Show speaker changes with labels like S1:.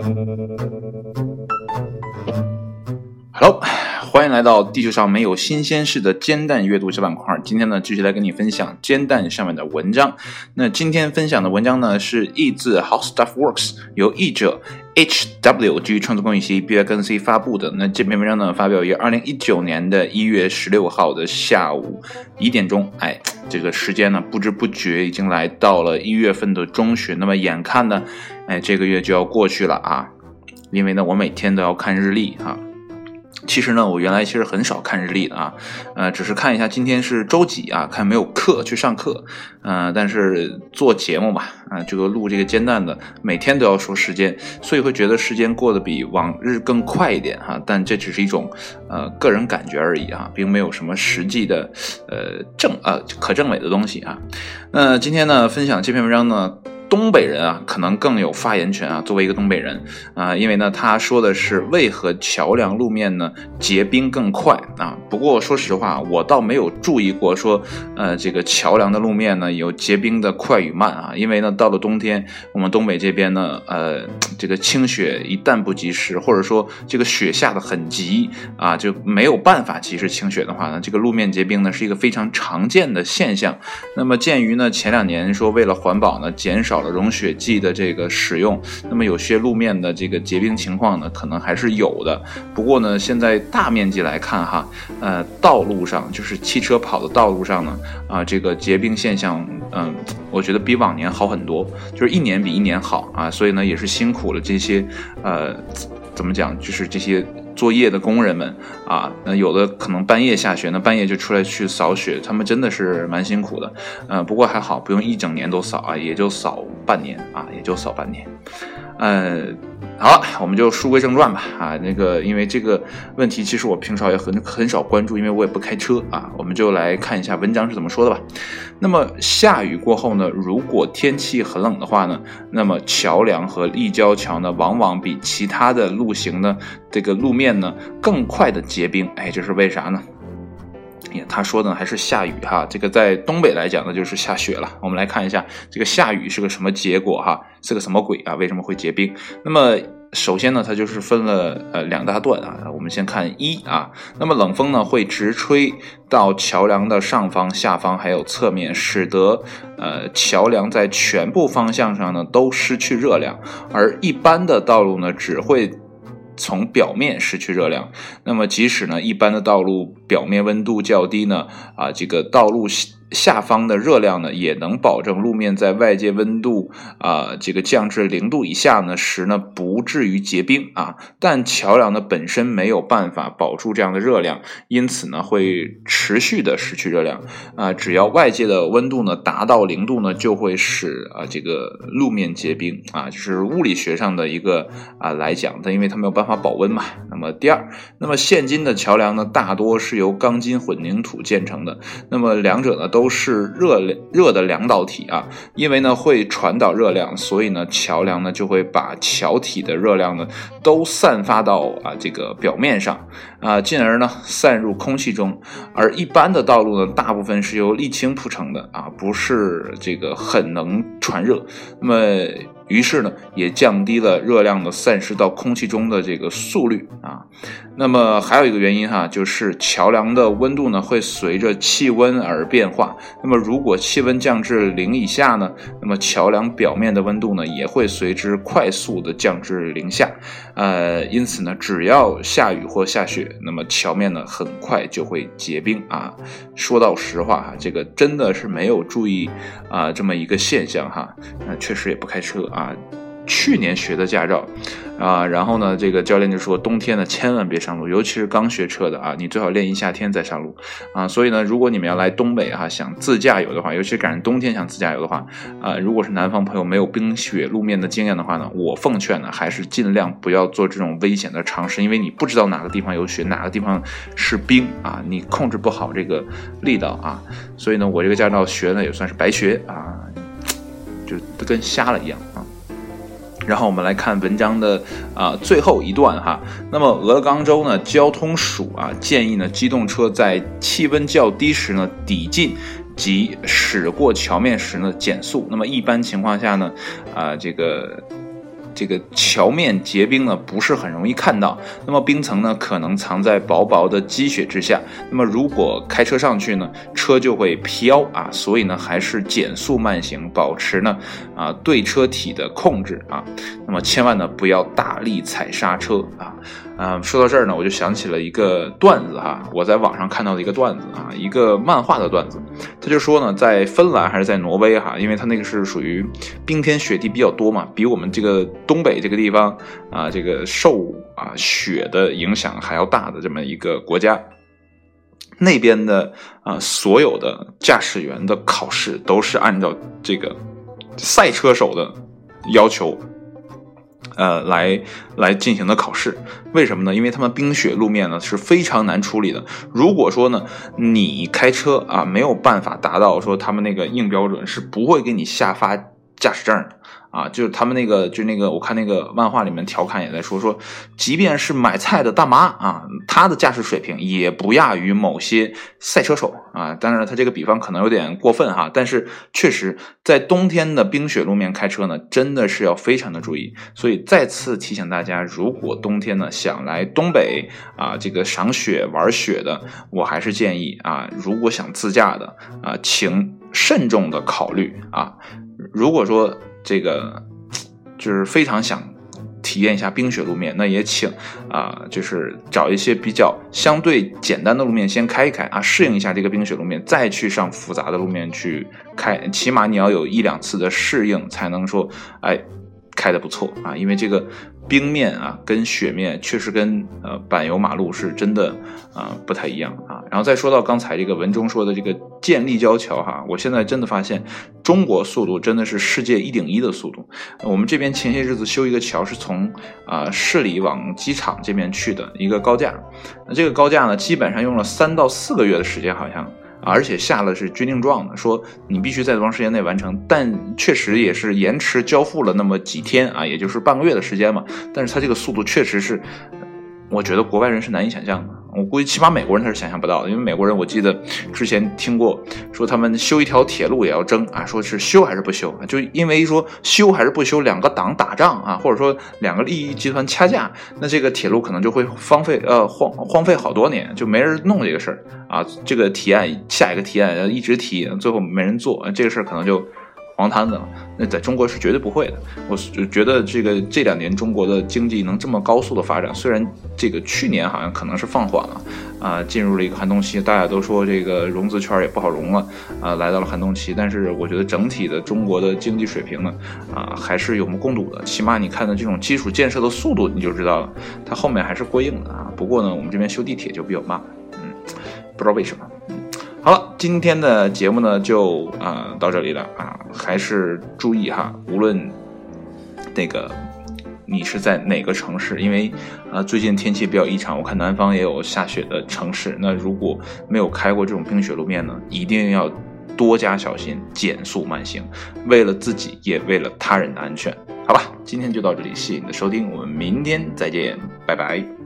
S1: Hello， 欢迎来到地球上没有新鲜事的煎蛋阅读小板块。今天呢，继续来跟你分享煎蛋上面的文章。那今天分享的文章呢，是译自 How Stuff Works， 由译者 HW 基于创作公益协议 BY-NC 发布的。那这篇文章呢，发表于2019年的1月16号的下午1点钟。这个时间呢，不知不觉已经来到了1月份的中旬。那么眼看呢，这个月就要过去了啊。因为呢，我每天都要看日历啊。其实呢，我原来其实很少看日历的啊，只是看一下今天是周几啊，看没有课去上课，但是做节目嘛，这个录这个煎蛋的，每天都要说时间，所以会觉得时间过得比往日更快一点哈，但这只是一种个人感觉而已啊，并没有什么实际的可证伪的东西啊。那今天呢，分享这篇文章呢，东北人啊，可能更有发言权啊。作为一个东北人因为呢，他说的是为何桥梁路面呢结冰更快啊？不过说实话，我倒没有注意过说，这个桥梁的路面呢有结冰的快与慢啊。因为呢，到了冬天，我们东北这边呢，这个清雪一旦不及时，或者说这个雪下得很急啊，就没有办法及时清雪的话呢，这个路面结冰呢是一个非常常见的现象。那么鉴于呢前2年说为了环保呢减少了融雪剂的这个使用，那么有些路面的这个结冰情况呢可能还是有的。不过呢，现在大面积来看哈，道路上就是汽车跑的道路上呢这个结冰现象我觉得比往年好很多，就是1年比1年好啊。所以呢也是辛苦了这些怎么讲，就是这些作业的工人们啊，那有的可能半夜下雪，那半夜就出来去扫雪，他们真的是蛮辛苦的。不过还好，不用一整年都扫啊，也就扫半年啊，也就扫半年。好了，我们就书归正传吧啊。因为这个问题其实我平常也很少关注，因为我也不开车啊。我们就来看一下文章是怎么说的吧。那么下雨过后呢，如果天气很冷的话呢，那么桥梁和立交桥呢，往往比其他的路型呢，这个路面呢更快的结冰。这是为啥呢？他说的还是下雨哈，这个在东北来讲呢就是下雪了。我们来看一下这个下雨是个什么结果哈，是个什么鬼啊？为什么会结冰？那么首先呢，它就是分了2大段啊。我们先看1啊，那么冷风呢会直吹到桥梁的上方、下方还有侧面，使得桥梁在全部方向上呢都失去热量，而一般的道路呢只会从表面失去热量。那么即使呢一般的道路表面温度较低呢这个道路下方的热量呢也能保证路面在外界温度这个降至0度以下呢时呢不至于结冰啊。但桥梁呢本身没有办法保住这样的热量，因此呢会持续的失去热量只要外界的温度呢达到0度呢，就会使这个路面结冰就是物理学上的一个来讲的，因为它没有办法保温嘛。那么第二，那么现今的桥梁呢大多是由钢筋混凝土建成的，那么两者呢都是热的两导体因为呢会传导热量，所以呢桥梁呢就会把桥体的热量呢都散发到这个表面上进而呢散入空气中。而一般的道路呢大部分是由沥青铺成的不是这个很能传热，那么于是呢也降低了热量的散失到空气中的这个速率那么还有一个原因就是桥梁的温度呢会随着气温而变化。那么如果气温降至0以下呢，那么桥梁表面的温度呢也会随之快速的降至0下因此呢只要下雨或下雪，那么桥面呢很快就会结冰说到实话这个真的是没有注意这么一个现象确实也不开车去年学的驾照然后呢这个教练就说冬天呢千万别上路，尤其是刚学车的你最好练一夏天再上路所以呢如果你们要来东北想自驾游的话，尤其是赶上冬天想自驾游的话如果是南方朋友没有冰雪路面的经验的话呢，我奉劝呢还是尽量不要做这种危险的尝试，因为你不知道哪个地方有雪，哪个地方是冰你控制不好这个力道所以呢我这个驾照学呢也算是白学就跟瞎了一样然后我们来看文章的最后一段那么俄勒冈州呢交通署建议呢机动车在气温较低时呢抵近及驶过桥面时呢减速。那么一般情况下呢这个这个桥面结冰呢不是很容易看到，那么冰层呢可能藏在薄薄的积雪之下，那么如果开车上去呢，车就会飘啊，所以呢还是减速慢行，保持呢对车体的控制啊，那么千万呢不要大力踩刹车啊。说到这儿呢，我就想起了一个段子我在网上看到的一个段子一个漫画的段子，他就说呢，在芬兰还是在挪威因为他那个是属于冰天雪地比较多嘛，比我们这个东北这个地方这个受雪的影响还要大的这么一个国家，那边的所有的驾驶员的考试都是按照这个赛车手的要求来进行的考试。为什么呢？因为他们冰雪路面呢是非常难处理的。如果说呢你开车没有办法达到说他们那个硬标准，是不会给你下发驾驶证的就是他们那个我看那个漫画里面调侃也在说即便是买菜的大妈她的驾驶水平也不亚于某些赛车手当然他这个比方可能有点过分但是确实在冬天的冰雪路面开车呢真的是要非常的注意。所以再次提醒大家，如果冬天呢想来东北这个赏雪玩雪的，我还是建议如果想自驾的请慎重的考虑如果说这个就是非常想体验一下冰雪路面，那也请就是找一些比较相对简单的路面先开一开适应一下这个冰雪路面，再去上复杂的路面去开，起码你要有1-2次的适应，才能说开得不错因为这个冰面跟雪面确实跟柏油马路是真的不太一样然后再说到刚才这个文中说的这个建立交桥我现在真的发现中国速度真的是世界1顶1的速度。我们这边前些日子修一个桥，是从市里往机场这边去的一个高架，那这个高架呢基本上用了3到4个月的时间好像而且下了是军令状的，说你必须在多长时间内完成，但确实也是延迟交付了那么几天也就是半个月的时间嘛。但是它这个速度确实是我觉得国外人是难以想象的，我估计起码美国人他是想象不到的。因为美国人我记得之前听过说他们修一条铁路也要争说是修还是不修就因为说修还是不修两个党打仗或者说两个利益集团掐架，那这个铁路可能就会荒废好多年，就没人弄这个事儿这个提案下一个提案一直提，最后没人做，这个事儿可能就黄摊子了。那在中国是绝对不会的。我觉得这2年中国的经济能这么高速的发展，虽然这个去年好像可能是放缓了进入了一个寒冬期，大家都说这个融资圈也不好融了来到了寒冬期，但是我觉得整体的中国的经济水平呢还是有目共睹的。起码你看的这种基础建设的速度你就知道了，它后面还是过硬的不过呢我们这边修地铁就比较慢不知道为什么好了，今天的节目呢就到这里了还是注意无论那个你是在哪个城市，因为最近天气比较异常，我看南方也有下雪的城市，那如果没有开过这种冰雪路面呢，一定要多加小心，减速慢行，为了自己也为了他人的安全。好吧，今天就到这里，谢谢你的收听，我们明天再见，拜拜。